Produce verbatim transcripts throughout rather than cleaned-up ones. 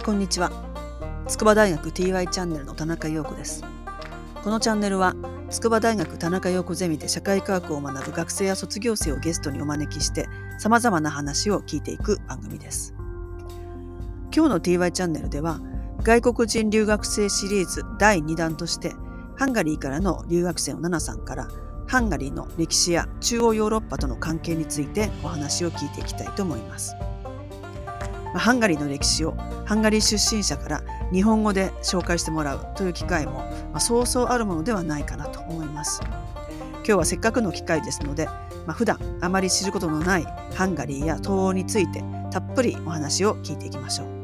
こんにちは。筑波大学 ティーワイ チャンネルの田中陽子です。このチャンネルは筑波大学田中陽子ゼミで社会科学を学ぶ学生や卒業生をゲストにお招きして様々な話を聞いていく番組です。今日の ティーワイ チャンネルでは外国人留学生シリーズだいにだんとしてハンガリーからの留学生のナナさんからハンガリーの歴史や中央ヨーロッパとの関係についてお話を聞いていきたいと思います。ハンガリーの歴史をハンガリー出身者から日本語で紹介してもらうという機会も、まあ、そうそうあるものではないかなと思います。今日はせっかくの機会ですので、まあ、普段あまり知ることのないハンガリーや東欧についてたっぷりお話を聞いていきましょう。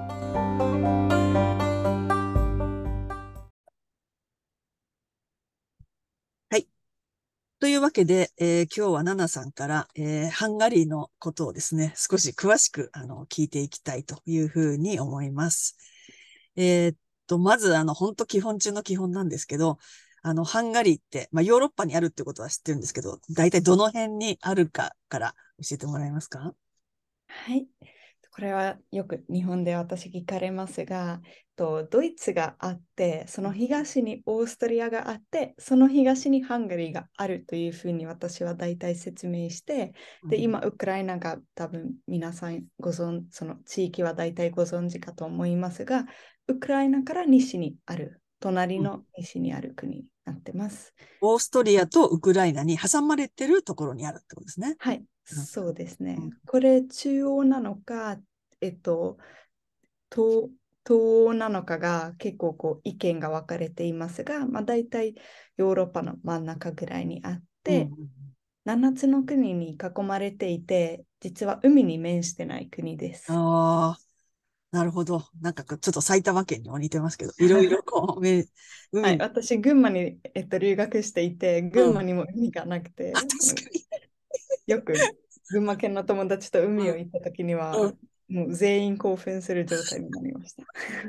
はい。というわけで、えー、今日はナナさんから、えー、ハンガリーのことをですね、少し詳しくあの聞いていきたいというふうに思います。えーっと、まず、あの、本当基本中の基本なんですけど、あの、ハンガリーって、まあ、ヨーロッパにあるってことは知ってるんですけど、大体どの辺にあるかから教えてもらえますか？ はい。これはよく日本で私聞かれますが、とドイツがあって、その東にオーストリアがあって、その東にハンガリーがあるというふうに私は大体説明して、で、 うん、 今、ウクライナが多分皆さんご存、その地域は大体ご存知かと思いますが、ウクライナから西にある、隣うん、 の西にある国になってます。 オーストリアとウクライナに挟まれてるところにあるってことですね。 はい、 うん、 そうですうん、 ね。これ中央なのか、えっと、東、東欧なのかが結構こう意見が分かれていますが、まあ、大体ヨーロッパの真ん中ぐらいにあっうん、 て、ななつの国に囲まれていて、実は海に面してない国です。 ああ、なるほど。なんかちょっと埼玉県にも似てますけど、いろいろこう、めはい、 海、 私、群馬に、えっと、留学していて、群うん。 馬にも海がなくあ、 て、 確そのかに。 よく群馬県の友達と海をうん、 行った時には、 うん。 もう全員興奮する状態になりました。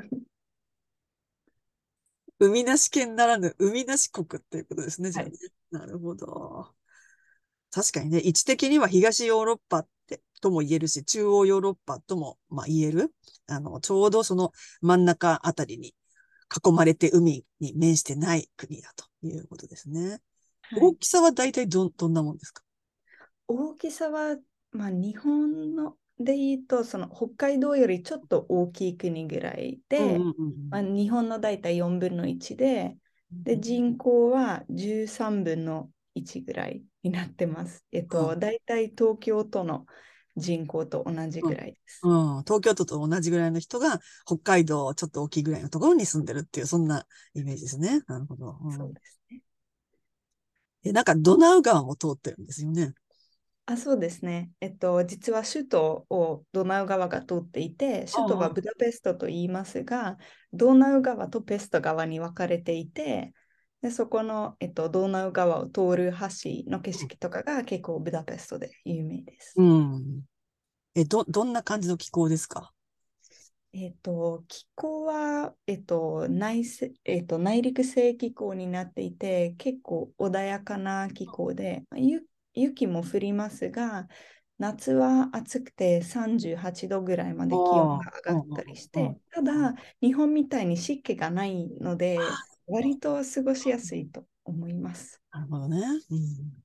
海なし県ならぬ海なし国っていうことですね、じゃあね。 はい。 なるほど。確かにね、位置的には東ヨーロッパってとも言えるし、中央ヨーロッパとも、まあ、言える。あの、ちょうどその真ん中あたりに囲まれて海に面してない国だということですね。 はい。 大きさは大体ど、どんなもんですか？ 大きさは、まあ、日本ので言うと、その北海道よりちょっと大きい国ぐらいで、 うんうんうんまあ、日本の大体よんぶんのいちで、で、 うん。 人口はじゅうさんぶんのいちぐらいになってます。えっと、大体東京都の人口と同じぐうん。 らいです。 うん。東京都と同じぐらいの人が北海道ちょっと大きいぐらいのところに住んでるっていう、そんなイメージですね。なるほど。うそうん。 ですね。 え、なんかドナウ川も通ってるんですよね。 あ、そうですね。えっと、実は首都をドナウ川が通っていて、首都はあブダペストと言いますが、ドナウ川とペスト川に分かれていて、で、そこの、えっと、ドナウ川を通る橋の景あ。 色とかが結構ブダペストで有名です。 うん。うん。え、ど、どんな感じの気候ですか？ えっと、気候は、えっと、内せ、えっと、内陸性気候になっていて、結構穏やかな気候で、ゆ雪も降りますが、夏は暑くてさんじゅうはちどぐらいまあで気温あ、 が上がっうんうんたりしうんうん。 て、ただ、日本みたいに湿気がないので、割と過ごしやすいと思います。 なるほどね。うん。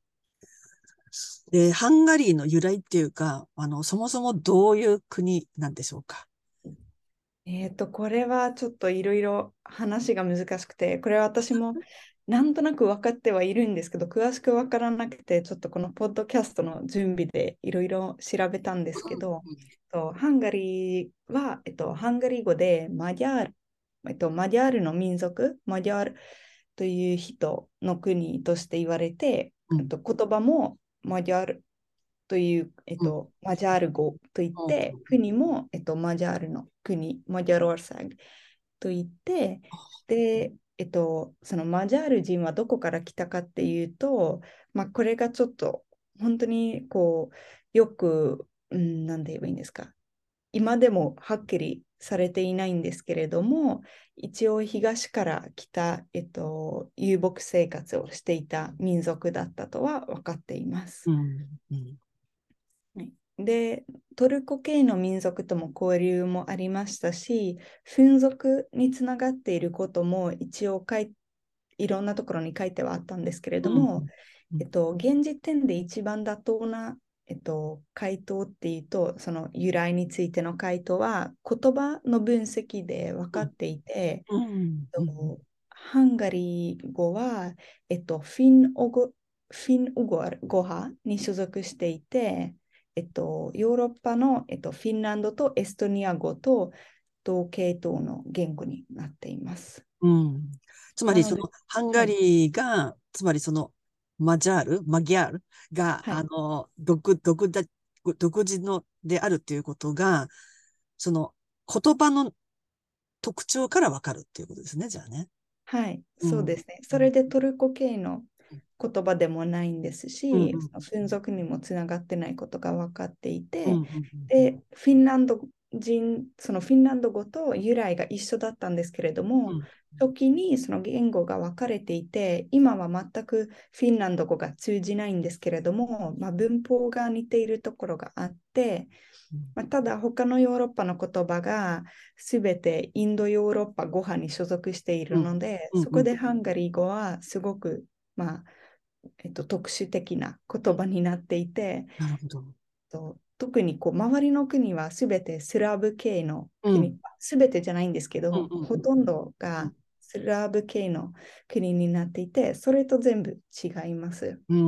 で、ハンガリーの由来っていうか、あの、そもそもどういう国なんでしょうか？ えっと、これはちょっといろいろ話が難しくて、これは私もなんとなく分かってはいるんですけど、詳しく分からなくて、ちょっとこのポッドキャストの準備でいろいろ調べたんですけど、とハンガリーは、えっと、ハンガリー語でマディアール、えっと、マディアールの民族、マディアールという人の国として言われて、 うん、 えっと、言葉もマディアールという、えっうん、 と、マジャール語といっうん、 て、国も、えっと、マジャールの国、マジャローサグといって、で、えっと、そのマジャール人はどこから来たかっていうと、まあ、これがちょっと本当にこう、よく、うん、なんて言えばいいんですか。今でもはっきりされていないんですけれども、一応東から来た、えっと、遊牧生活をしていた民族だったとは分かっています。 うん、うん。 はい。 で、トルコ系の民族とも交流もありましたし、フ族につながっていることも一応書いいろんなところに書いてはあったんですけれうん。 ども、 うん。 えっと、現時点で一番妥当な、えっと、回答っていうと、その由来についての回答は、言葉の分析で分うん。 かっていて、 うん。うん。 えっとハンガリー語は、えっと、フィンオゴ、フィンウゴル語派に所属していて、えっと、ヨーロッパの、えっと、フィンランドとエストニア語と同系統の言語になっています。 うん。つまり、 なので、 その、ハンガはい、 リーが、つまりその、マジャール、マギャールが、 はい、 あの、独、独だ、独自のであるっていうことが、その、言葉の特徴からわかるっていうことですね、じゃあね。 はい、 うん。 そうですね。 うん。 それでトルコ系の言葉でもないんですうん。うし、 ん。 そのフン族にもつながってないことが分かっていうん。うて、 ん。 で、フィンランド人、そのフィンランド語と由来が一緒だったんですけれども、 うん。 時にその言語が分かれていて、今は全くフィンランド語が通じないんですけれども、まあ、文法が似ているところがあって、 うん。 まあ、ただ他のヨーロッパの言葉がすべてインドヨーロッパ語派に所属しているうん。 ので、 うん。うん。 そこでハンガリー語はすごく、まあえっと、特殊的な言葉になっていて、 なるほど。 と特にこう周りの国はすべてスラブ系の国、 うん。 すべてじゃないんですけうん。 ど、 うん。 ほとんどうん。 がスラブ系の国になっていて、それと全部違います。 うん。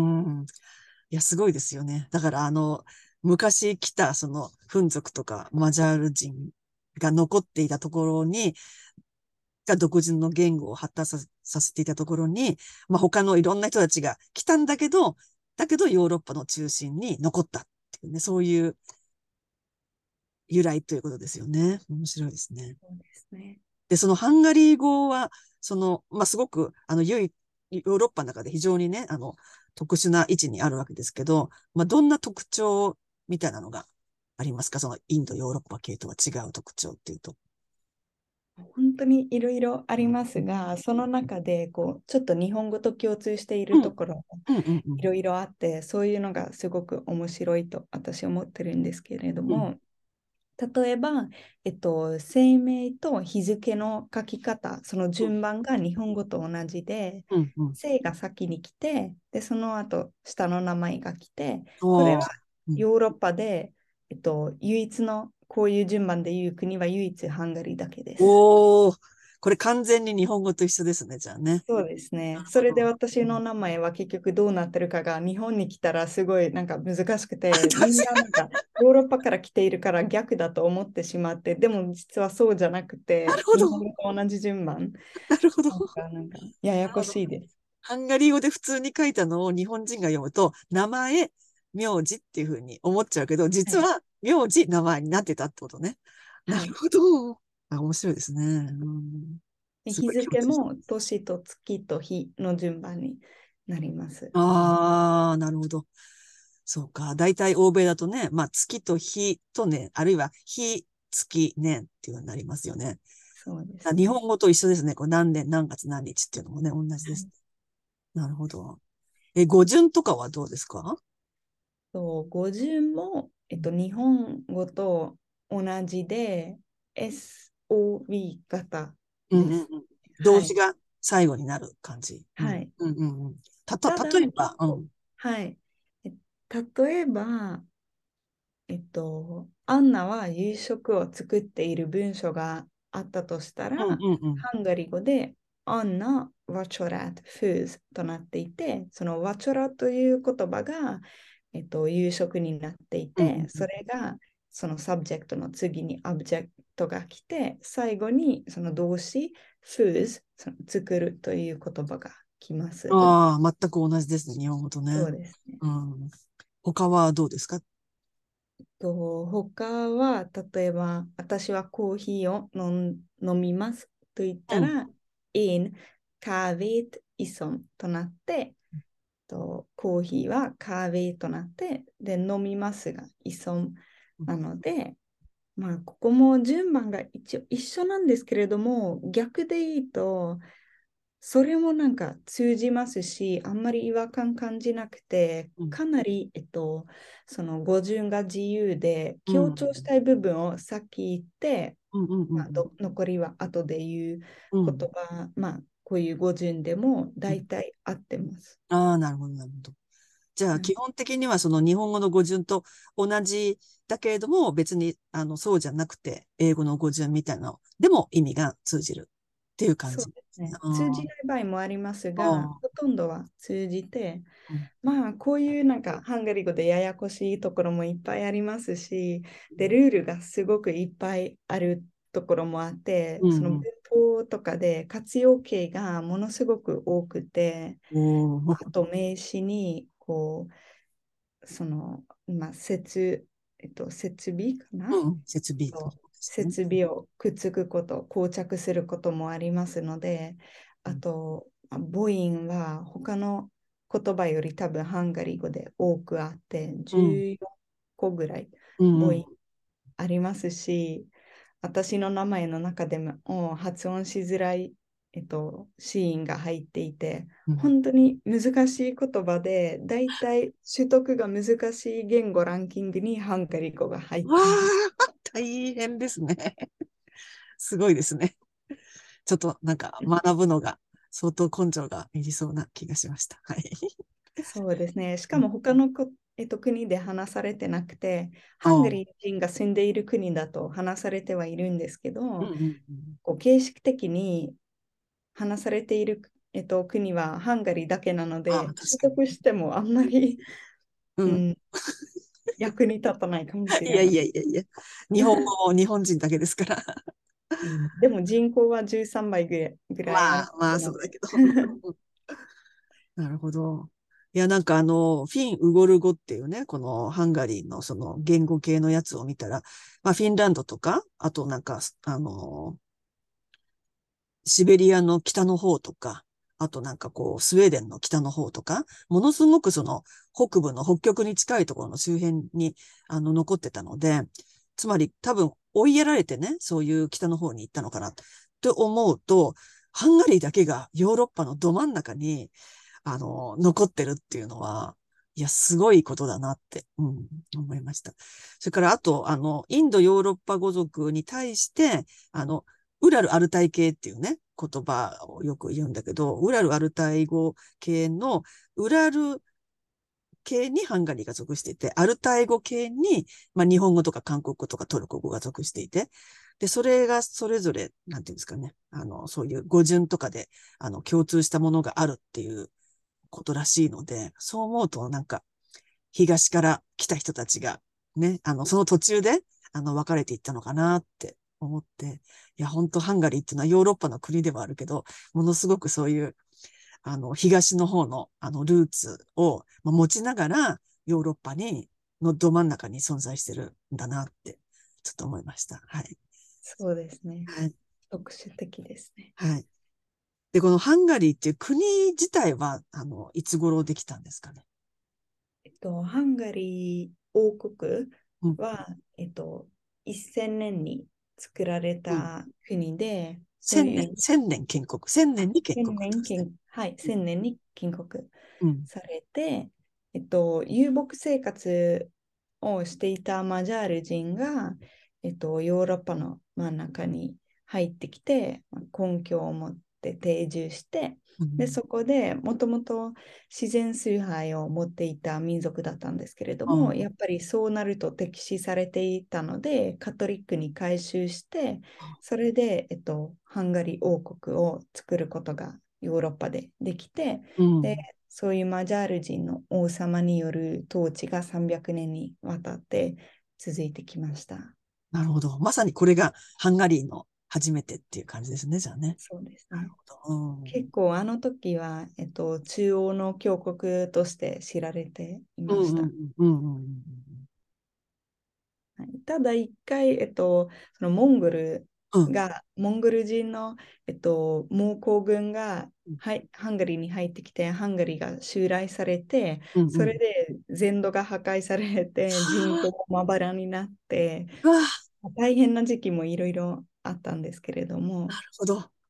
いや、すごいですよね。だから、あの、昔来た、その、フン族とか、マジャール人が残っていたところに、が独自の言語を発達ささせていたところに、まあ、他のいろんな人たちが来たんだけど、だけどヨーロッパの中心に残ったっていうね、そういう由来ということですよね。面白いですね。 そうですね。 で、そのハンガリー語は、その、まあ、すごく、あの、唯一、ヨーロッパの中で非常にね、あの、特殊な位置にあるわけですけど、まあ、どんな特徴みたいなのがありますか？そのインド、ヨーロッパ系とは違う特徴っていうと。 本当にいろいろありますが、その中でこうちょっと日本語と共通していうん、 るところもうん、うん、うん、 いろいろあって、そういうのがすごく面白いと私は思ってるんですけれどうん、 も、例えば、えっと、姓名と日付の書き方、そのうん、 順番が日本語と同じで、 うん、うん。 姓が先に来て、で、その後、下の名前が来て、これはおー、うん。 ヨーロッパで、えっと、唯一のこういう順番で言う国は唯一ハンガリーだけです。 おー、これ完全に日本語と一緒ですね、じゃあね。 そうですね。 なるほど。 それで私の名前は結局どうなってるかが日本に来たらすごいなんか難しく確て、みんなかなんかヨーロッパから来ているから逆だと思ってしまって、でも実はそうじゃなくなるて、日本ほど。 語と同じ順番。 なるほど。 なんか、なんかややこなるほど。 しいです。 ハンガリー語で普通に書いたのを日本人が読むと、名前、名字っていうふうに思っちゃうけど、 はい。 実は名字、名前になってたってことね。なはい。 るほど。あ、面白いですね。うん、 で日すごい共通して。 付も年と月と日の順番になります。 ああ、なるほど。そうか。大体欧米だとね、まあ月と日と年、あるいは日、月、年っていうようになりますよね。 そうであ、 すね。 日本語と一緒ですね。こう何年、何月、何日っていうのもね、同じです。 はい。 なるほど。え、語順とかはどうですか？ と語順も、えっと、日本語と同じで エスオーブイ 型です。 うんうんうん。動はい。 詞が最後になる感じ。うん。 はい。 うんうんうん。たと、 ただ、 例えば、う結構、 ん。 はい。え例えば、えっと、アンナは夕食を作っている文章があったとしたら、 うんうんうん。 ハンガリー語でアンナ・ワチョラット・フーズとなっていて、そのワチョラという言葉が、えっと、夕食になっていて、 うんうんうん。 それがそのサブジェクトの次にオブジェクトが来て、最後にその動詞、フーズ、その作るという言葉が来ます。 ああ、全く同じですね。日本語とね。 そうですね。 うん。他はどうですか？ と、他は、例えば、私はコーヒーを飲ん飲みますと言っうん。 たら、in kahvét iszom となって、と、コーヒーはカーベーとなって、で、飲みますが、iszom なので、まあ、ここも順番が一応一緒なんですけれども、逆でいいと、 それもなんか通じますし、あんまり違和感感じなくて、 うん。 かなり、えっと、その語順が自由で、 うん。 強調したい部分をさっき言って、 うんうんうまあ、 んど残りは後で言ううん。うん。 言葉、まあ、こういう語順でもうん。 大体合ってます。 ああ、なるほど、なるほど。じゃあ、 はい、 基本的にはその日本語の語順と同じだけれども、別に、あの、そうじゃなくて、英語の語順みたいなのでも意味が通じるっていう感そうじですね。 ですね。通じあない場合もありますあ、 が、 ああ、 ほとんどは通じて、 うん、 まあ、こういうなんかハンガリー語でややこしいところもいっぱいありますし、で、 うん、 ルールがすごくいっぱいあるところもあって、 うん、 その文うん。 法とかで活用形がものすごく多くて、 おー、 あと名詞に、こう、その、まあ、設、えっと、設備かなうん、設備とですね。 設備をくっつくこと、膠着することもありますので、あうん、 と、まあ母音は他の言葉より多分ハンガリー語で多くあって、 うん、 じゅうよんこぐらいうん、うん。 母音ありますし、私の名前の中でもお発音しづらい、えっと、子音が入っていて、 うん。 本当に難しい言葉で、だいたい取得が難しい言語ランキングにハンガリー語が入っわてます。 あ、大変ですね。すごいですね。ちょっとなんか学ぶのが相当根性がいりそうな気がしました。はい。 そうですね。しうん、 かも他のこ、えっと、国で話されてなくて、ハンガリーああ、 人が住んでいる国だと話されてはいるんですけど、 うんうんうん。 こう形式的に話されている、えっと、国はハンガリーだけなのああ、 で、取確かに。 得してもあんまり、 うん。 うん、役に立たないかもしいやいれない。 やいやいや。日本語も日本人だけですから。 うん、でも人口はじゅうさんばいぐらいぐらいのまあ、まあ、 なので。 そうだけど。なるほど。いや、なんかあの、フィン・ウゴル語っていうね、このハンガリーのその言語系のやつを見たら、まあ、フィンランドとか、あとなんか、あの、シベリアの北の方とか、あとなんかこう、スウェーデンの北の方とか、ものすごくその北部の北極に近いところの周辺にあの残ってたので、つまり多分追いやられてね、そういう北の方に行ったのかなって思うと、ハンガリーだけがヨーロッパのど真ん中に、あの、残ってるっていうのは、いや、すごいことだなって、うん、思いました。それから、あと、あの、インドヨーロッパ語族に対して、あの、ウラルアルタイ系っていうね、言葉をよく言うんだけど、ウラルアルタイ語系の、ウラル系にハンガリーが属していて、アルタイ語系に、まあ、日本語とか韓国語とかトルコ語が属していて、で、それがそれぞれ、なんていうんですかね、あの、そういう語順とかで、あの、共通したものがあるっていうことらしいので、そう思うと、なんか、東から来た人たちが、ね、あの、その途中で、あの、分かれていったのかなって思って、いや、本当ハンガリーっていうのはヨーロッパの国ではあるけど、ものすごくそういう、あの、東の方の、あの、ルーツを、まあ、持ちながら、ヨーロッパに、のど真ん中に存在してるんだなって、ちょっと思いました。はい。 そうですね。 はい。 特殊的ですね。 はい。で、このハンガリーっていう国自体は、あの、いつ頃できたんですかね。 えっと、ハンガリー王国うん、 は、えっと、せんねんに作られうん。 た国で、そう千年、 いう千年建国。千年に建国 1000 ってことですね。 年建、はい、せんねんに建国うん。 されて、えっと、遊牧生活をしていたマジャール人が、えっと、ヨーロッパの真ん中に入ってきて、まあ根拠を持って定住して、で、 うん。 そこでもともと自然崇拝を持っていた民族だったんですけれども、やあっぱりそうなると敵視されていたので、カトリックに改宗して、それで、えっと、ハンガリー王国を作ることがヨーロッパでできて、で、 うん。 そういうマジャール人の王様による統治がさんびゃくねんにわたって続いてきました。 なるほど。まさにこれがハンガリーの初めてっていう感じですね、じゃあね。 そうですね。 なるほど。うん。 結構あの時は、えっと、中央の強国として知られていました。 うんうんうんうんうんはい、ただ一回、えっと、そのモンゴルうん。 が、モンゴル人の、えっと、猛攻軍が、 うんはい、ハンガリーに入ってきて、ハンガリーが襲来されて、それうんうん。 で全土が破壊されて、人口もまばらになって、 うわあ、なる大変な時期もいろいろあったんですけれども、 ほど。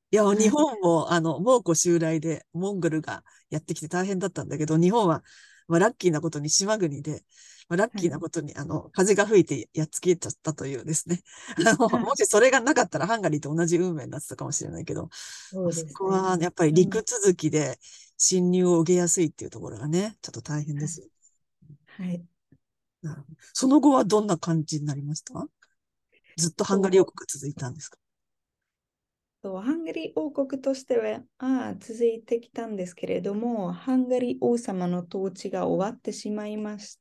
いや、日はい。 本も、あの、蒙古襲来でモンゴルがやってきて大変だったんだけど、日本は、まあ、ラッキーなことに島国で、まあ、ラッはい。 キーなことに、あの、風が吹いてやっつけちゃったというですね。あの、 はい。 もしそれがなかったらハンガリーと同じ運命になってたかもしれないけど、 そうあそですね。 こはやっぱりうん。 陸続きで侵入を受けやすいっていうところがね、ちょっと大変はい。 ですよ。 はい。 なるほど。その後はどんな感じになりました？ずっとハンガリー王と、 国が続いたんですか？ とハンガリー王国としてはあ続いてきたんですけれども、ハンガリー王様の統治が終わってしまいまして、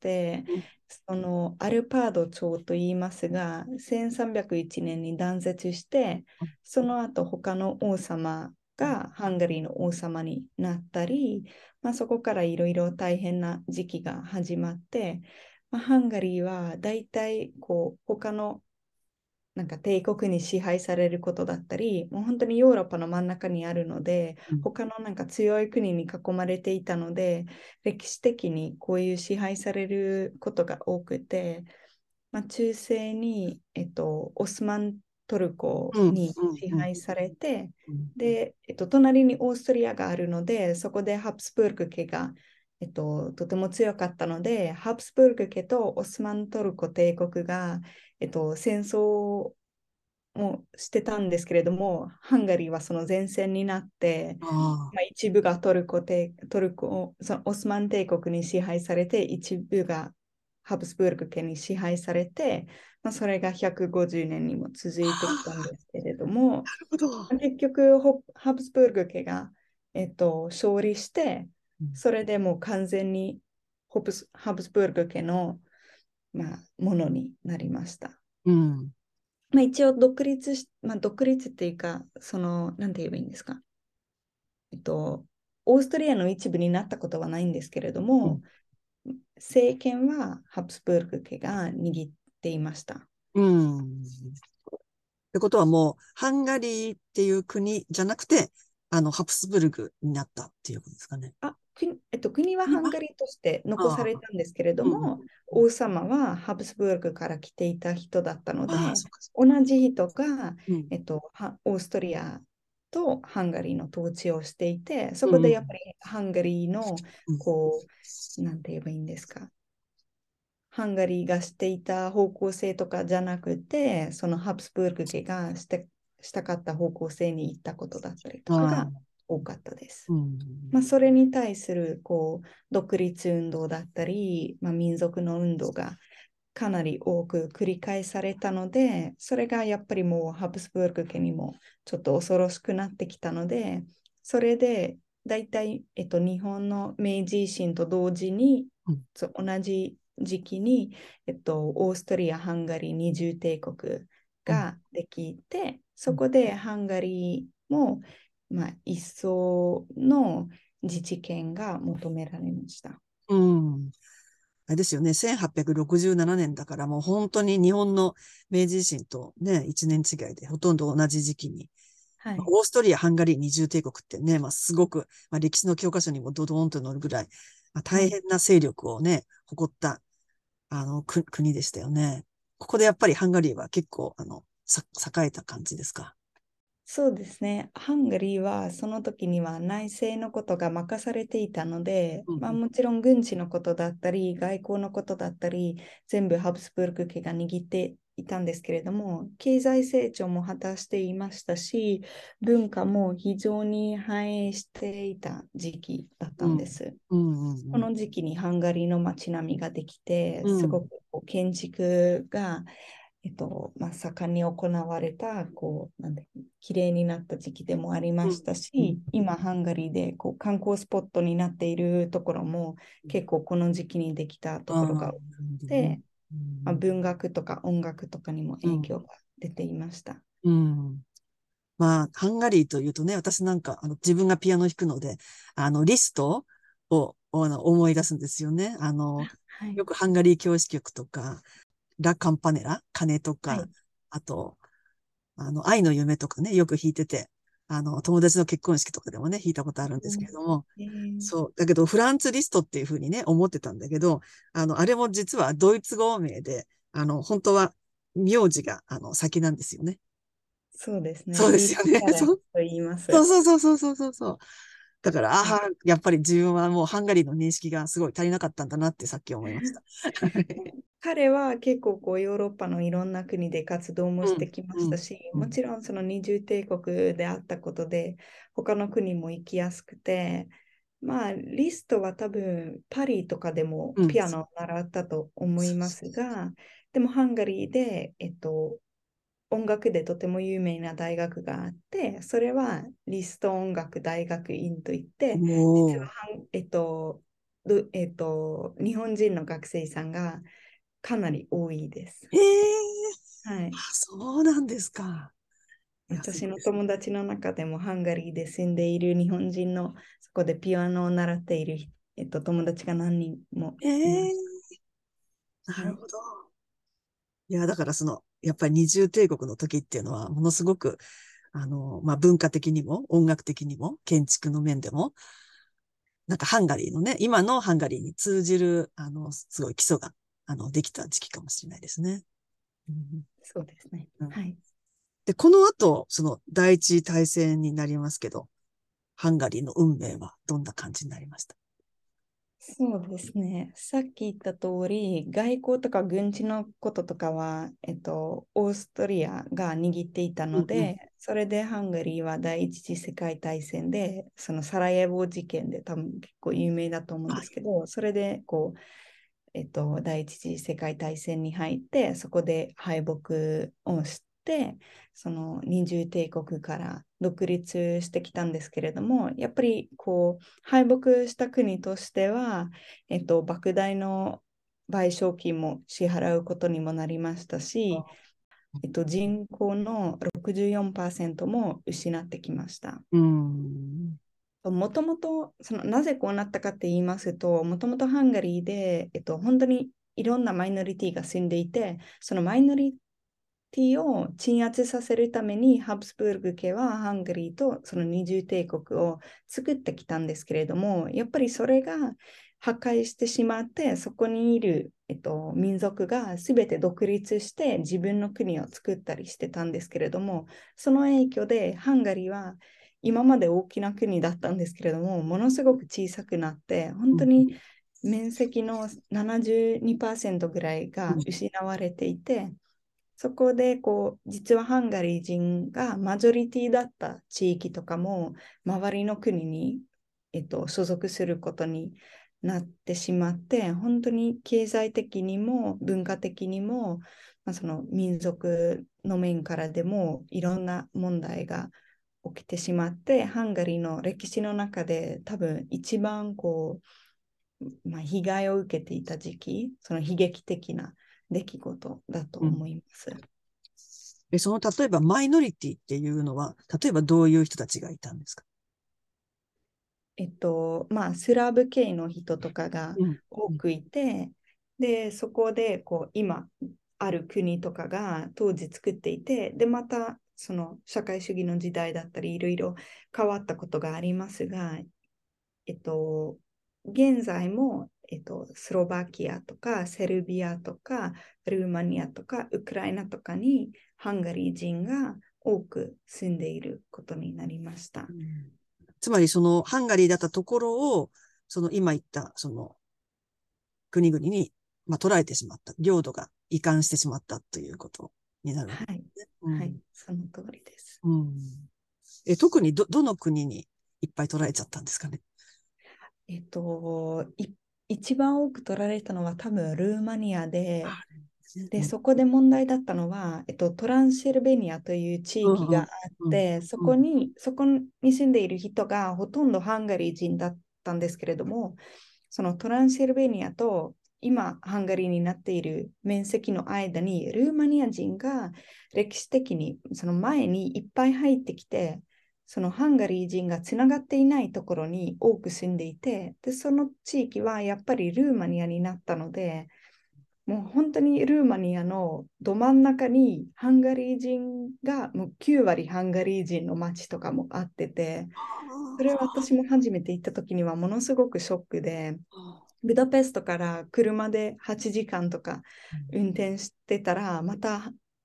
うん。 そのアルパード朝と言いますが、せんさんびゃくいちねんに断絶して、その後他の王様がハンガリーの王様になったり、まあ、そこからいろいろ大変な時期が始まって、まあ、ハンガリーはだいたいこう他のなんか帝国に支配されることだったり、もう本当にヨーロッパの真ん中にあるので、 うん。 他のなんか強い国に囲まれていたので、歴史的にこういう支配されることが多くて、まあ、中世に、えっと、オスマントルコうん。 にうん。 支うん。 配されて、 うん。 で、えっと、隣にオーストリアがあるので、そこでハプスブルク家が、えっと、とても強かったので、ハプスブルク家とオスマントルコ帝国が、えっと、戦争もしてたんですけれども、ハンガリーはその前線になって、 ああ。 まあ、一部がトルコ帝トルコ、そのオスマン帝国に支配されて、一部がハブスブルク家に支配されて、まあ、それがひゃくごじゅうねんにも続いてきたんですけれども、 なるほど。 結局、ホハブスブルク家が、えっと、勝利して、 うん。 それでもう完全にホブスハブスブルク家の、まあ、ものになりました。 うん。 まあ、一応独立し、まあ、独立っていうか、その、なんて言えばいいんですか。えっと、オーストリアの一部になったことはないんですけれども、政権はハプスブルク家が握っていました。 うん。ってことはもう、ハンガリーっていう国じゃなくて、あの、ハプスブルグになったっていうことですかね。 あ、国、えっと、国はハンガリーとして残さああ、 れたんですけれどうん。 も、王様はハプスブルクから来ていた人だったのああ、 で、 そっかそっ同か。 じ人が、 うん。 えっと、はオーストリアとハンガリーの統治をしていて、そうん。 こでやっぱりハンガリーの、 うん。 こう、なんて言えばいいんですか、ハンガリーがしていた方向性とかじゃなくて、そのハプスブルク家がしてしたかった方向性に行ったことだったりとかがああ、 多かったです。 うん。 まあ、それに対するこう独立運動だったり、まあ、民族の運動がかなり多く繰り返されたので、それがやっぱりもうハプスブルク家にもちょっと恐ろしくなってきたので、それで大体、えっと、日本の明治維新と同時に、 うん。 そう同じ時期に、えっと、オーストリア・ハンガリー二重帝国うん。 ができて、 うん。 そこでハンガリーも、まあ、一層の自治権が求められました。 うん。あれですよね。せんはっぴゃくろくじゅうななねんだからもう本当に日本の明治維新とね、いちねん違いでほとんど同じ時期に、 はい。 オーストリア、ハンガリー二重帝国ってね、まあ、すごく、まあ、歴史の教科書にもドドーンと載るぐらい、まあ、 はい。 大変な勢力をね、誇った、あの、く国でしたよね。ここでやっぱりハンガリーは結構、あの、さ、栄えた感じですか？ そうですね。ハンガリーはその時には内政のことが任されていたので、まあ、 うん。 もちろん軍事のことだったり、外交のことだったり、全部ハブスブルク家が握っていたんですけれども、経済成長も果たしていましたし、文化も非常に繁栄していた時期だったうん。 んです。 うん。うん。うん。 この時期にハンガリーの街並みができて、 うん。 すごくこう建築がえっと、まあ、盛んに行われた、こう、なんで、綺麗になった時期でもありましうん。 たうん。 し、今、ハンガリーでこう観光スポットになっているところも、結構この時期にできたとああ、なころが多くるほどね。 て、 うまあ、 ん。 文学とか音楽とかにもうん。 影響が出ていました。 うん。まあ、ハンガリーというとね、私なんか、あの、自分がピアノ弾くので、あの、リストを、あの、思い出すんですよね。あの、 はい。 よくハンガリー教師曲とか、ラ・カンパネラ、鐘とか、 はい。 あと、あの、愛の夢とかね、よく弾いてて、あの、友達の結婚式とかでもね、弾いたことあるんですけれども、 えー、 そう。だけど、フランツリストっていうふうにね、思ってたんだけど、あの、あれも実はドイツ語名で、あの、本当は名字が、あの、先なんですよね。 そうですね。 そうでビーフすよね。 カレーそう、 と言います。 そうそうそうそうそうそうそう。だから、あはい。 あ、やっぱり自分はもうハンガリーの認識がすごい足りなかったんだなってさっき思いました。 彼は結構こうヨーロッパのいろんな国で活動もうん、 してきまうん、 したし、 うん。 もちろんその二重帝国であったことで、他の国も行きやすくて、まあリストは多分パリとかでもうん。 ピアノを習ったと思いまそうそすが、でもハンガリーで、えっと、音楽でとても有名な大学があって、それはリスト音楽大学院といっう。 て、実はおー。 はん、えっと、どえっと、日本人の学生さんがかなり多いです。 ええ、 はい。 あ、そうなんですか。いや、す私のごいですね。 友達の中でもハンガリーで住んでいる日本人のそこでピアノを習っている、えっと、友達が何人もえいます。 え、なはい。 るほど。いや、だからその、やっぱり二重帝国の時っていうのは、ものすごく、あの、まあ、文化的にも、音楽的にも、建築の面でも、なんかハンガリーのね、今のハンガリーに通じる、あの、すごい基礎が、あの、できた時期かもしれないですね。うんそうですね。 うん、 はい。 で、この後、その第一次大戦になりますけど、ハンガリーの運命はどんな感じになりました？ そうですね。さっき言った通り、外交とか軍事のこととかは、えっと、オーストリアが握っていたうんうん。 ので、それでハンガリーは第一次世界大戦で、そのサラエボ事件で多分結構有名だと思うんはい。 ですけど、それでこう、えっと、第一次世界大戦に入って、そこで敗北をして、その二重帝国から独立してきたんですけれども、やっぱりこう敗北した国としては、えっと、莫大の賠償金も支払うことにもなりましたし、えっと、人口のろくじゅうよんパーセントも失ってきました。 うん。 もともと、その、なぜこうなったかって言いますと、もともとハンガリーで、えっと、本当にいろんなマイノリティが住んでいて、そのマイノリティを鎮圧させるために、ハブスブルグ家はハンガリーとその二重帝国を作ってきたんですけれども、やっぱりそれが破壊してしまって、そこにいる、えっと、民族が全て独立して自分の国を作ったりしてたんですけれども、その影響でハンガリーは今まで大きな国だったんですけれども、ものすごく小さくなって、本当に面積のななじゅうにパーセントぐらいが失われていて、そこでこう実はハンガリー人がマジョリティだった地域とかも周りの国に、えっと、所属することになってしまって、本当に経済的にも文化的にも、まあ、その民族の面からでもいろんな問題が起きてしまって、ハンガリーの歴史の中で多分一番こう、まあ、被害を受けていた時期、その悲劇的な出来事だとうん。 思います。 で、その、例えばマイノリティっていうのは、例えばどういう人たちがいたんですか？ えっと、まあ、スラブ系の人とかがうん。うん。 多くいて、で、そこで、こう、今、ある国とかが当時作っていて、で、また、その社会主義の時代だったり、いろいろ変わったことがありますが、えっと、現在も、えっと、スロバキアとか、セルビアとか、ルーマニアとか、ウクライナとかに、ハンガリー人が多く住んでいることになりました。 うん、つまり、その、ハンガリーだったところを、その、今言った、その、国々に、まあ、捉えてしまった。領土が移管してしまったということになるわけではい。 すね。うはい。 ん。 その通りです。 うん。え、特にど、どの国にいっぱい捉えちゃったんですかね？ えっと、い一番多く取られたのは多分ルーマニアで、で、 うん。 そこで問題だったのは、えっと、トランシルベニアという地うんうん域があっうん。 て、そうん。 こに、そこに住んでいる人がほとんどハンガリー人だったんですけれども、そのトランシルベニアと今ハンガリーになっている面積の間にルーマニア人が歴史的にその前にいっぱい入ってきて、そのハンガリー人がつながっていないところに多く住んでいて、で、その地域はやっぱりルーマニアになったので、もう本当にルーマニアのど真ん中にハンガリー人がもうきゅう割ハンガリー人の町とかもあってて、それは私も初めて行った時にはものすごくショックで、ブダペストから車ではちじかんとか運転してたら、また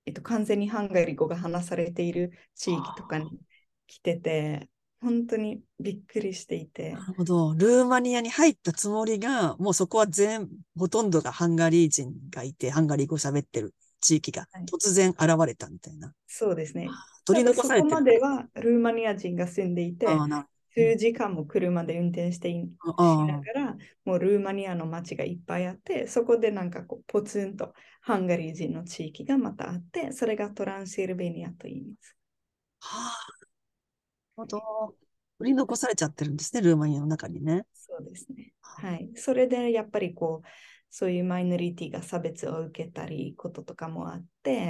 えっと、完全にハンガリー語が話されている地域とかに来てて、本当にびっくりしていて、 なるほど。ルーマニアに入ったつもりが、もうそこは全、ほとんどがハンガリー人がいて、ハンガリー語喋ってる地域がはい、 突然現れたみたいな。 そうですね。 取りただそこ残されてる。 まではルーマニア人が住んでいて、 ああ、なるほど。 数時間も車で運転していあしなあ、 がら、もうルーマニアの街がいっぱいあって、そこでなんかこうポツンとハンガリー人の地域がまたあって、それがトランシルベニアと言います。 はあ、なるほど。取り残されちゃってるんですね、ルーマニアの中にね。 そうですね。はい。それでやっぱりこう、そういうマイノリティが差別を受けたりこととかもあって、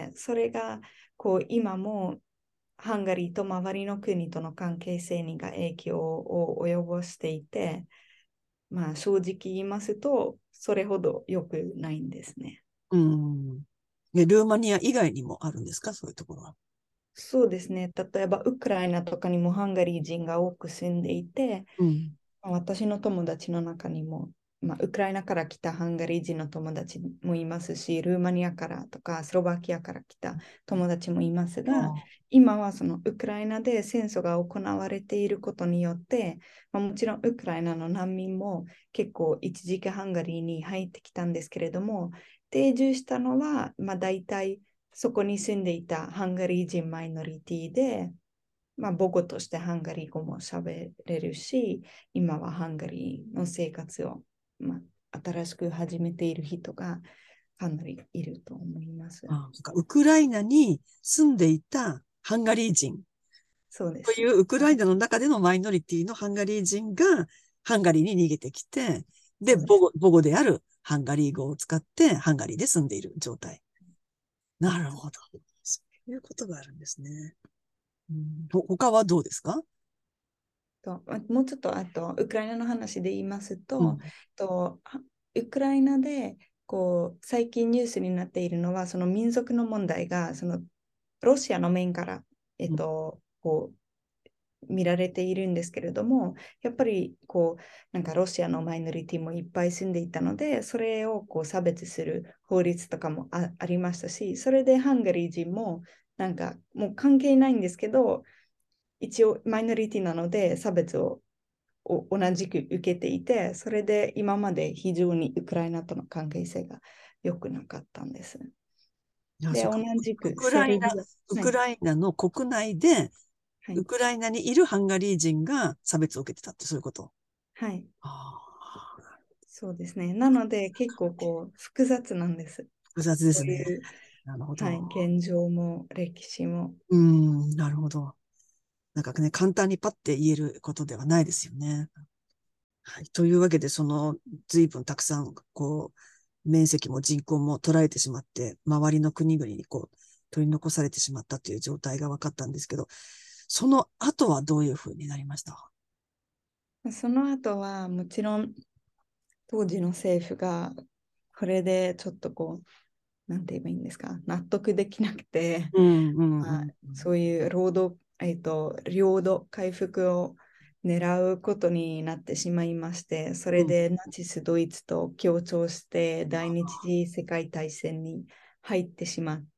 それがこう今もハンガリーと周りの国との関係性にが影響を及ぼしていて、まあ正直言いますと、それほど良くないんですね。 うん。で、ルーマニア以外にもあるんですか、そういうところは。 そうですね。例えばウクライナとかにもハンガリー人が多く住んでいて、 うん。 私の友達の中にも、まあ、ウクライナから来たハンガリー人の友達もいますし、ルーマニアからとかスロバキアから来た友達もいますが、 あ今はそのウクライナで戦争が行われていることによって、まあ、もちろんウクライナの難民も結構一時期ハンガリーに入ってきたんですけれども、定住したのは、まあ、大体そこに住んでいたハンガリー人マイノリティで、まあ、母語としてハンガリー語も喋れるし、今はハンガリーの生活を、まあ、新しく始めている人がかなりいると思います。 あ、そっか、ウクライナに住んでいたハンガリー人そうです。 というウクライナの中でのマイノリティのハンガリー人がハンガリーに逃げてきて、で、 そうです。 母語、母語であるハンガリー語を使ってハンガリーで住んでいる状態。なるほど。そういうことがあるんですね。うん、ほ他はどうですか？ ともうちょっとあと、ウクライナの話で言いますと、 うん。 とウクライナでこう最近ニュースになっているのは、その民族の問題がそのロシアの面から、えっうん。 と、こう見られているんですけれども、やっぱりこうなんかロシアのマイノリティもいっぱい住んでいたので、それをこう差別する法律とかも あ, ありましたし、それでハンガリー人もなんかもう関係ないんですけど、一応マイノリティなので差別を同じく受けていて、それで今まで非常にウクライナとの関係性が良くなかったんです。 いや、 で、同そうか。 じウくクライナ、 セルビア。 ウはい。 クライナの国内で、 はい。 ウクライナにいるハンガリー人が差別を受けてたってそういうこと。 はい。 ああ、 そうですね。なので結構こう複雑なんです。 複雑ですね。 そういう、 なるほはい、 ど。 現状も歴史も。 うん、なるほど。なんかね、簡単にパッて言えることではないですよね。はい。というわけで、その、随分たくさん、こう、面積も人口も取られてしまって、周りの国々にこう、取り残されてしまったという状態が分かったんですけど、その後はどういうふうになりました？ その後はもちろん当時の政府がこれでちょっとこう、なんて言えばいいんですか、納得できなくて、 うん、うん、うまあ、 ん。うん。 そういう労働、えっと、領土回復を狙うことになってしまいまして、それうん。 でナチス・ドイツと協調して第二次世界大戦に入ってしまって、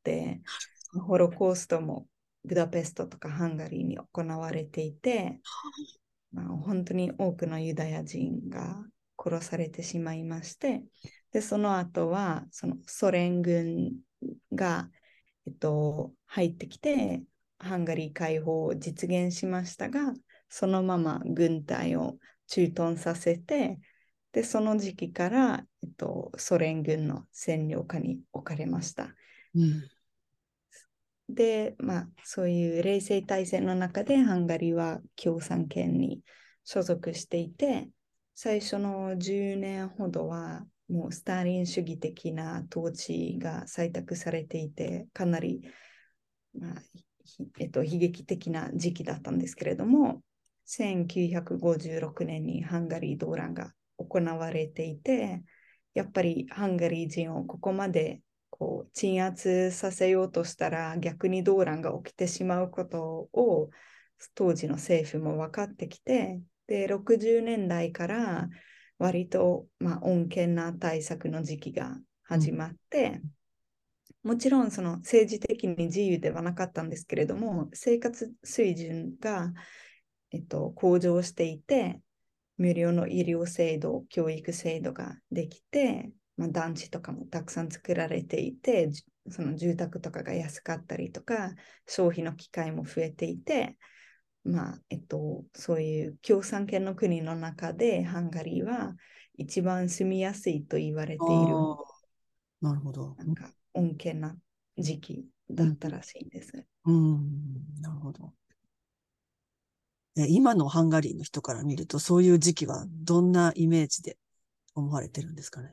ホロコーストもブダペストとかハンガリーに行われていて、まあ、本当に多くのユダヤ人が殺されてしまいまして、で、その後はそのソ連軍が、えっと、入ってきて、ハンガリー解放を実現しましたが、そのまま軍隊を駐屯させて、で、その時期から、えっと、ソ連軍の占領下に置かれました。 うん。 で、まあ、そういう冷戦大戦の中でハンガリーは共産圏に所属していて、最初のじゅうねんほどはもうスターリン主義的な統治が採択されていて、かなり、まあえっと、悲劇的な時期だったんですけれども、せんきゅうひゃくごじゅうろくねんにハンガリー動乱が行われていて、やっぱりハンガリー人をここまでこう鎮圧させようとしたら逆に動乱が起きてしまうことを当時の政府も分かってきて、でろくじゅうねんだいから割と、まあ、穏健な対策の時期がうん。 始まって、 もちろんその政治的に自由ではなかったんですけれども、生活水準が、えっと、向上していて、無料の医療制度、教育制度ができて、まあ、団地とかもたくさん作られていて、その住宅とかが安かったりとか、消費の機会も増えていて、まあ、えっと、そういう共産圏の国の中で、ハンガリーは一番住みやすいと言われあている、 あ、なるほど。 なんか、穏健な時期うん、 だったらしいんです。 うん、うん、なるほど。え、今のハンガリーの人から見ると、そういう時期はどんなイメージで思われてるんですかね。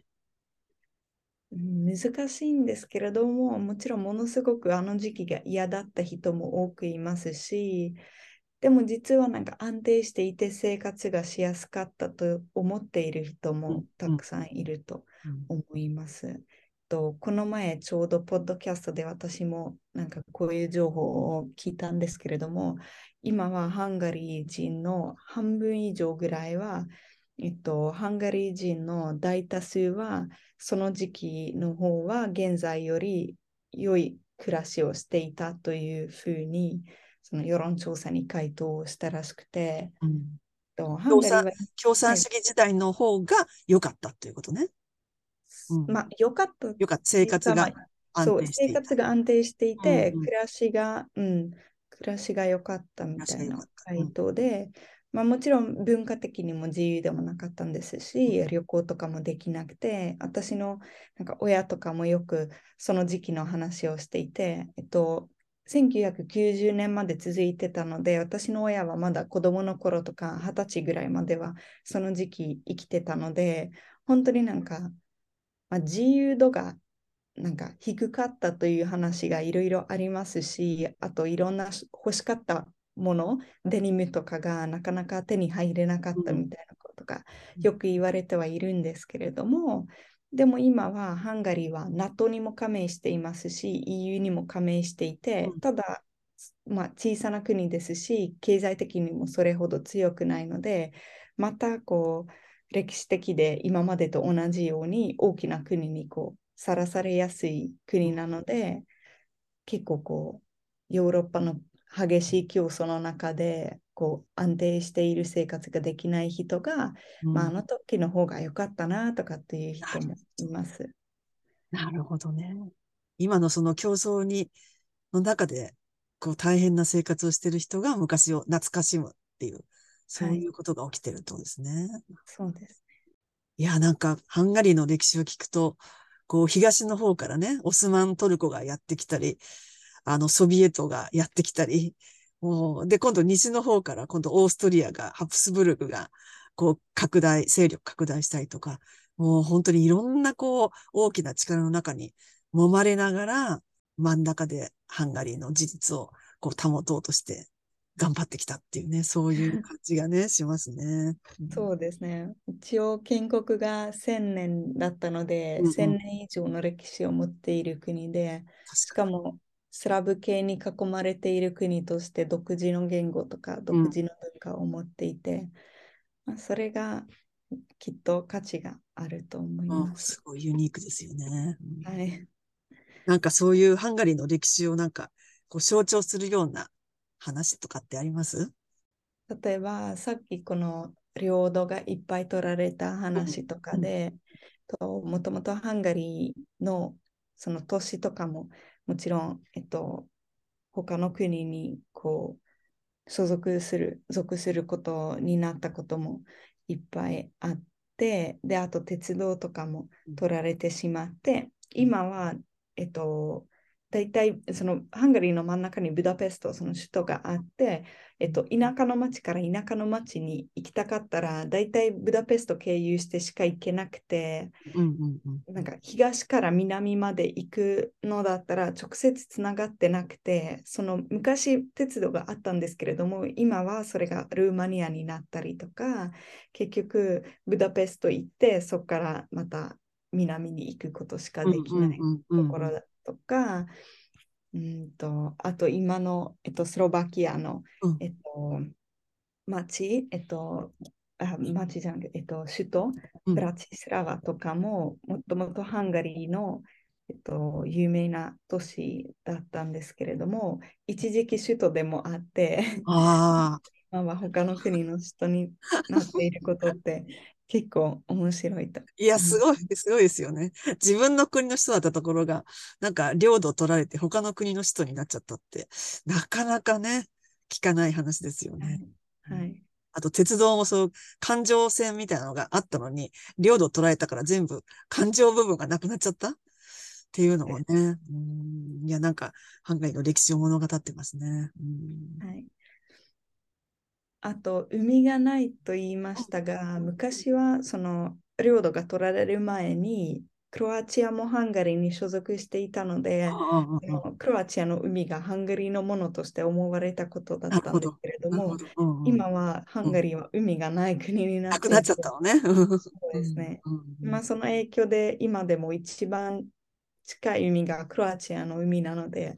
難しいんですけれども、もちろんものすごくあの時期が嫌だった人も多くいますし、でも実はなんか安定していて生活がしやすかったと思っている人うん、 もたうん、 くさんいるとうん、 思います。と、この前ちょうどポッドキャストで私もなんかこういう情報を聞いたんですけれども、今はハンガリー人の半分以上ぐらいは、えっと、ハンガリー人の大多数はその時期の方は現在より良い暮らしをしていたというふうにその世論調査に回答したらしくて、 うん。 とハン共産、 ガリーは、 共産はい、 主義時代の方が良かったっていうことね。うん。 まあ、良かったっ良かった。生ていうか、ま活があ、 安そう、 定していた。 生活が安定していうん、 て、 うん。 暮らしが、うん、暮らしが良かったみ暮らしたいなが良かった。う回ん。 答で、まあ、もちろん文化的にも自由でもなかったんですし、旅行とかもできなくて、私のなんか親とかもよくその時期の話をしていて、えっと、せんきゅうひゃくきゅうじゅうねんまで続いてたので、私の親はまだ子供の頃とかはたちぐらいまではその時期生きてたので、本当になんか、まあ、自由度がなんか低かったという話がいろいろありますし、あといろんな欲しかったもの、デニムとかがなかなか手に入れなかったうん。 みたいなことがよく言われてはいるんですけれども、でも今はハンガリーは ナトー にも加盟していますし、イーユー にも加盟していて、 うん。 ただ、まあ、小さな国ですし、経済的にもそれほど強くないので、またこう、歴史的で今までと同じように大きな国にこうさらされやすい国なので、結構こうヨーロッパの激しい競争の中でこう安定している生活ができない人が、まあ、あうん。 の時の方が良かったなとかっていうなる人もいます。 なるほどね。今のその競争に、の中で、こう大変な生活をしている人が昔を懐かしむっていう、 はい、 そういうことが起きてるってことですね。 そうです。 いや、なんか、ハンガリーの歴史を聞くと、こう、東の方からね、オスマントルコがやってきたり、あの、ソビエトがやってきたり、もう、で、今度西の方から、今度オーストリアが、ハプスブルクが、こう、拡大、勢力拡大したりとか、もう本当にいろんな、こう、大きな力の中に揉まれながら、真ん中でハンガリーの事実を、こう、保とうとして頑張ってきたっていうね、そういう感じがね、しますね。うん、 そうですね。一応建国がせんねんだったので、1000 うん、うん、 年以上の歴史を持っている国で、し確かかもスラブ系に囲まれている国として独自の言語とかに。うん。 独自の文化を持っていて、まあ、それがきっと価値があると思いうん、 ます。 すごいユニークですよね。うん、 はい。 なんかそういうハンガリーの歴史をなんか、こう象徴するような話とかってあります？ 例えば、さっきこの領土がいっぱい取られたうん、 話とうん、 かで、ともともとハンガリーのその都市とかももちろん、えっと、他の国にこう所属する、属することになったこともいっぱいあって、で、あと鉄道とかもうん、 取られてしまって、 うん、 今は、えっと、大体そのハンガリーの真ん中にブダペスト、その首都があって、えっと、田舎の町から田舎の町に行きたかったら、大体ブダペスト経由してしか行けなくて、 うん、うん、うん、 なんか東から南まで行くのだったら直接つながってなくて、その昔鉄道があったんですけれども、今はそれがルーマニアになったりとか、結局ブダペスト行って、そこからまた南に行くことしかうん、 できないうん、うん、うん、 ところだとか、うんと、あと今の、えっと、スロバキアの、 うん、 えっと、町、えっと、あ、町じゃなくて、えっと、首都、 うん、 ブラチスラワとかも、もともとハンガリーのえっと、有名な都市だったんですけれども、一時期首都でもあって、 ああ、 今は他の国の首都になっていることって結構面白いといや、 思う。 すごい、すごいですよね。自分の国の人だったところが、なんか領土を取られて他の国の首都になっちゃったって、なかなかね、聞かない話ですよね。 はい。 うん、 はい。 あと、鉄道もそう、環状線みたいなのがあったのに、領土を取られたから全部環状部分がなくなっちゃったっていうのです。 もね、うん、いや、なんか、ハンガリーの歴史を物語ってますね。うん、 はい。あと、海がないと言いましたが、昔はその領土が取られる前に、クロアチアもハンガリーに所属していたので、 ああ、ああ、 そのクロアチアの海がハンガリーのものとして思われたことだっなるほど。 たんですけれども、 なるほど。うんうん。 今はハンうん、 ガリーは海がない国にななくなっちゃっていて、 ったのね。 そううん。 ですね。 うん。 まあ、その影響で今でも一番近い海がクロアチアの海なので、 うん。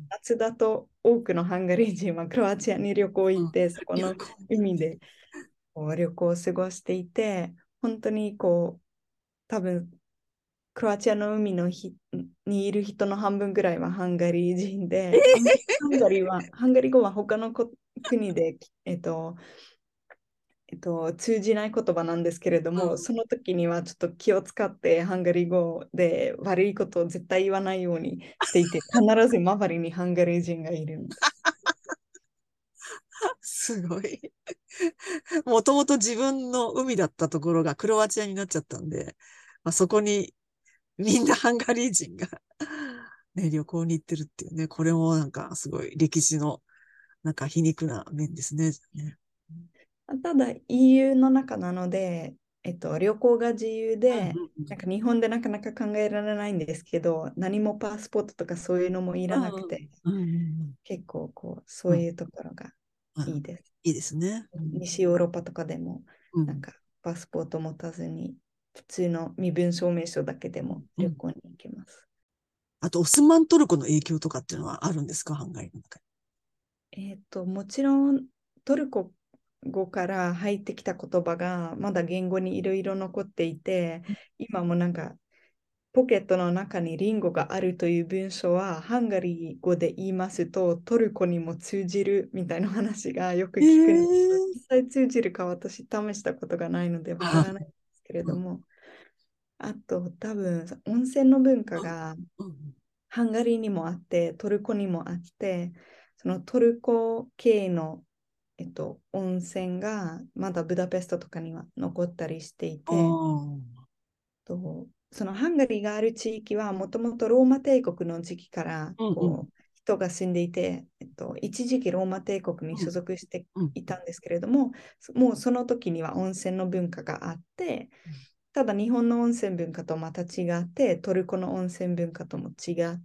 夏だと多くのハンガリー人はクロアチアに旅行うん。 行って、そこいや、 のこ海でこう旅行を過ごしていて、本当にこう、多分クロアチアの海のひにいる人の半分ぐらいはハンガリー人で、あんまりハンガリーは、ハンガリー語は他のこ国で、えっと、えっと、通じない言葉なんですけれども、 うん。 その時にはちょっと気を使ってハンガリー語で悪いことを絶対言わないようにしていて、必ず周りにハンガリー人がいるんです。 すごい。もともと自分の海だったところがクロアチアになっちゃったんで、まあ、そこにみんなハンガリー人がね、旅行に行ってるっていうね、これもなんかすごい歴史のなんか皮肉な面ですね。ね、 ただ イーユー の中なので、えっと、旅行が自由うんで、 うんうん。 なんか日本でなかなか考えられないんですけど、何もパスポートとかそういうのもいらなくて、 うんうんうん結構こう、そうんういうところがうん。 いいです。 いいですね。うん。 西ヨーロッパとかでも、 うん。 なんかパスポート持たずに、普通の身分証明書だけでもうん。 旅行に行けます。 あと、オスマントルコの影響とかっていうのはあるんですか、ハンガリーの中えっと、もちろんトルコ語から入ってきた言葉がまだ言語にいろいろ残っていて、今もなんかポケットの中にリンゴがあるという文章はハンガリー語で言いますとトルコにも通じるみたいな話がよくに？ 聞くんです。 ええ、 実際通じるか私試したことがないのでわかあ、 らないんですけれうん、 ども、あと多分温泉の文化うん、 がうん、 ハンガリーにもあって、トルコにもあって、そのトルコ系の、えっと、温泉がまだブダペストとかには残ったりしていあて、 あ、 とそのハンガリーがある地域はもともとローマ帝国の時期からうん、うん、 こう人が住んでいて、えっと、一時期ローマ帝国にうん、 所属してうん、 いたんですけれども、もうその時には温泉の文化があって、ただ日本の温泉文化とまた違って、トルコの温泉文化とも違って、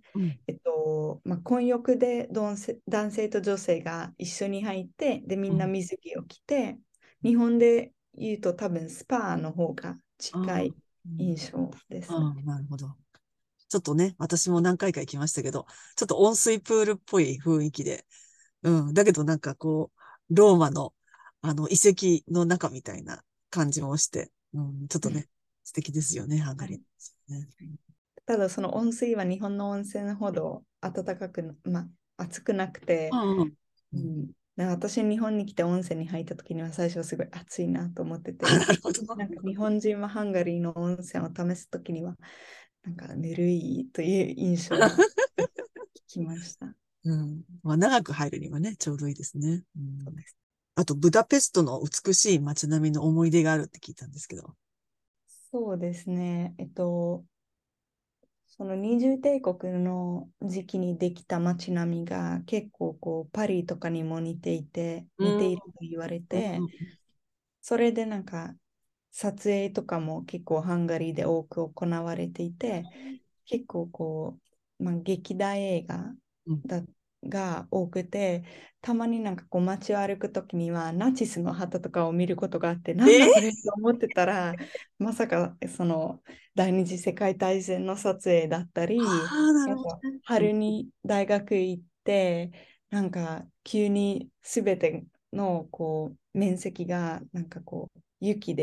うん、 えっとまあ、混浴で男性男性と女性が一緒に入って、で、みんなうん、 水着を着て、日本で言うと多分スパの方がああ、 近いうん、 印象ですね。 ああ、なるほど。ちょっとね、私も何回か行きましたけど、ちょっと温水プールっぽい雰囲気で、うん、だけどなんかこう、ローマの、あの、遺跡の中みたいな感じもして、うん、ちょっとね、素敵ですよね、ハンガリー。 はい、 ね、 ただその温水は日本の温泉ほど暖かく、まあ、暑くなくて、 うん、うん。 うん、なんか私日本に来て温泉に入った時には最初はすごい暑いなと思ってあ、 て、 なるほど。 なんか日本人はハンガリーの温泉を試す時にはなんかぬるいという印象が聞きました。 うん。まあ、長く入るにはね、ちょうどいいですね。うん。 そうです。 あと、ブダペストの美しい街並みの思い出があるって聞いたんですけど。 そうですね。えっと、その二重帝国の時期にできた街並みが結構こうパリとかにも似ていて、 うん、 似ていると言われうて、 ん、 それでなんか撮影とかも結構ハンガリーで多く行われていて、結構こう、まあ、劇団映画うん。 だが多くて、たまになんかこう街を歩くときにはナチスの旗とかを見ることがあって、なんだこえれと思ってたら、まさかその第二次世界大戦の撮影だったり、 ああ、なるなんかほどね。うん、 春に大学行って、なんか急にすべてのこう面積がなんかこう雪で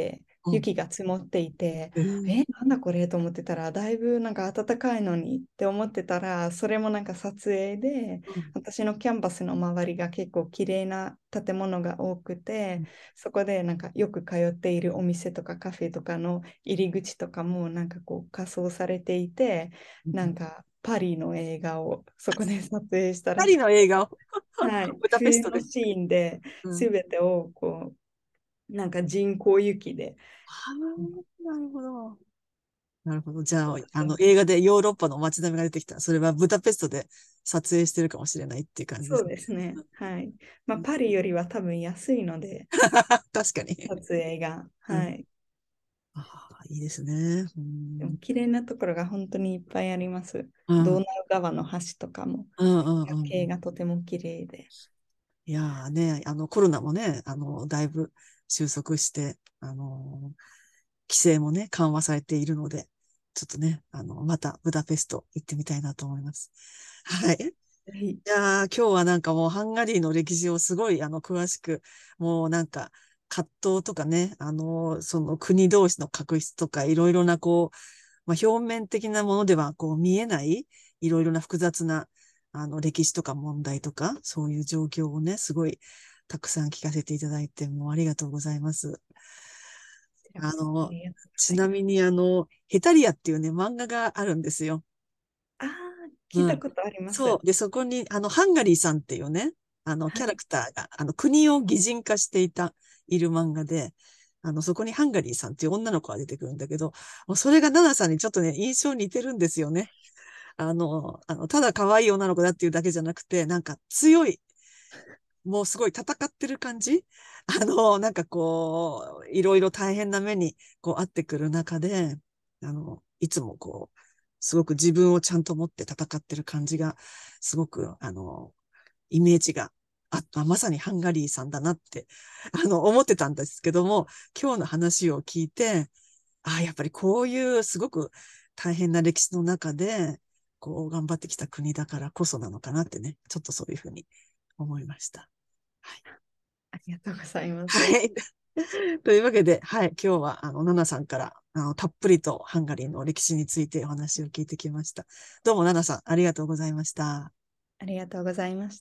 雪が積もっていて、 うん、 え、なんだこれと思ってたら、だいぶなんか暖かいのにって思ってたら、それもなんか撮影で、 うん、 私のキャンパスの周りが結構綺麗な建物が多くて、そこでなんかよく通っているお店とかカフェとかの入り口とかもなんかこう仮装されていて、 うん。 なんかパリの映画をそこで撮影したパリらしくて、 の映画をはい、 ブダペストで。 冬のシーンでうん。 全てをこう、なんか人工雪で、 はあ、なるほど。なるほど。じゃあ、あの、 そう映画でヨーロッパの街並みが出てきた。それはブダペストで撮影してるかもしれないっていう感じですそうですね。はい。まあ、 ね。 パリよりは多分安いので、 確かに。 撮影が。 うん。 はい。 ああ、いいですね。うでもん。 綺麗なところが本当にいっぱいあります。 うん。 ドーナウ川の橋とかも、 うんうんうんうん。 夜景がとても綺麗で。 いやーね、あの、コロナもね、あの、だいぶ収束して、あの、規制もね、緩和されているので、ちょっとね、あの、またブダペスト行ってみたいなと思います。はい。 はい。 いやー、今日はなんかもうハンガリーの歴史をすごい、あの、詳しく、もうなんか、葛藤とかね、あの、その国同士の確執とか、いろいろなこう、まあ、表面的なものではこう見えない、いろいろな複雑な、あの、歴史とか問題とか、そういう状況をね、すごいたくさん聞かせていただいて、もうありがとうございます。 こちらこそああの、 りがとうごちざいます。 なみにあの、ヘタリアっていうね、漫画があるんですよ。 ああ、聞いうん。 たことあります。 そう。で、そこに、あの、ハンガリーさんっていうね、あの、キャラはい。 クターが、あの、国を擬人化していた、いる漫画で、あの、そこにハンガリーさんっていう女の子が出てくるんだけど、もうそれがナナさんにちょっとね、印象似てるんですよね。あの、あの、ただ可愛い女の子だっていうだけじゃなくて、なんか強い、もうすごい戦ってる感じ。あの、なんかこう、いろいろ大変な目に、こう、会ってくる中で、あの、いつもこう、すごく自分をちゃんと持って戦ってる感じが、すごく、あの、イメージがあった、まさにハンガリーさんだなって、あの、思ってたんですけども、今日の話を聞いて、ああ、やっぱりこういうすごく大変な歴史の中で、こう、頑張ってきた国だからこそなのかなってね、ちょっとそういうふうに思いました。はい。 ありがとうございます。 はい。というわけで、はい、今日は、あの、ナナさんから、あの、たっぷりとハンガリーの歴史についてお話を聞いてきました。どうも、ナナさん、ありがとうございました。 ありがとうございました。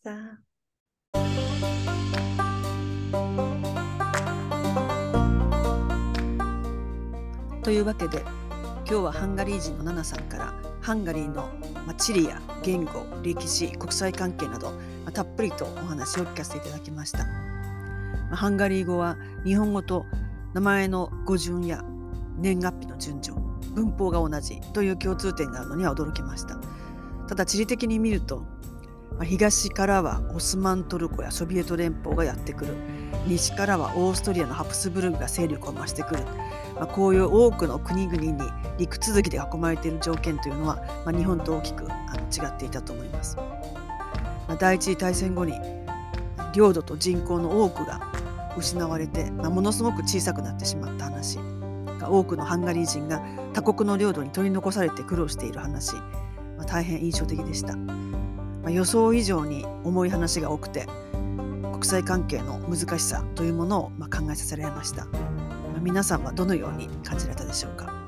というわけで、今日はハンガリー人のナナさんからハンガリーの地理や言語、歴史、国際関係などたっぷりとお話を聞かせていただきました。ハンガリー語は日本語と名前の語順や年月日の順序、文法が同じという共通点があるのには驚きました。ただ地理的に見ると、東からはオスマントルコやソビエト連邦がやってくる、西からはオーストリアのハプスブルグが勢力を増してくる、まあ、こういう多くの国々に陸続きで囲まれている条件というのは、まあ、日本と大きくあの違っていたと思います。まあ、第一次大戦後に領土と人口の多くが失われて、まあ、ものすごく小さくなってしまった話、多くのハンガリー人が他国の領土に取り残されて苦労している話、まあ、大変印象的でした。まあ、予想以上に重い話が多くて、国際関係の難しさというものをまあ考えさせられました。まあ、皆さんはどのように感じられたでしょうか。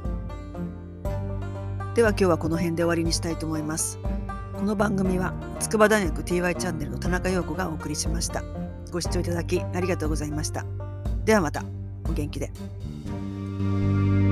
では今日はこの辺で終わりにしたいと思います。この番組は筑波大学 ティーワイ チャンネルの田中陽子がお送りしました。ご視聴いただきありがとうございました。ではまた、お元気で。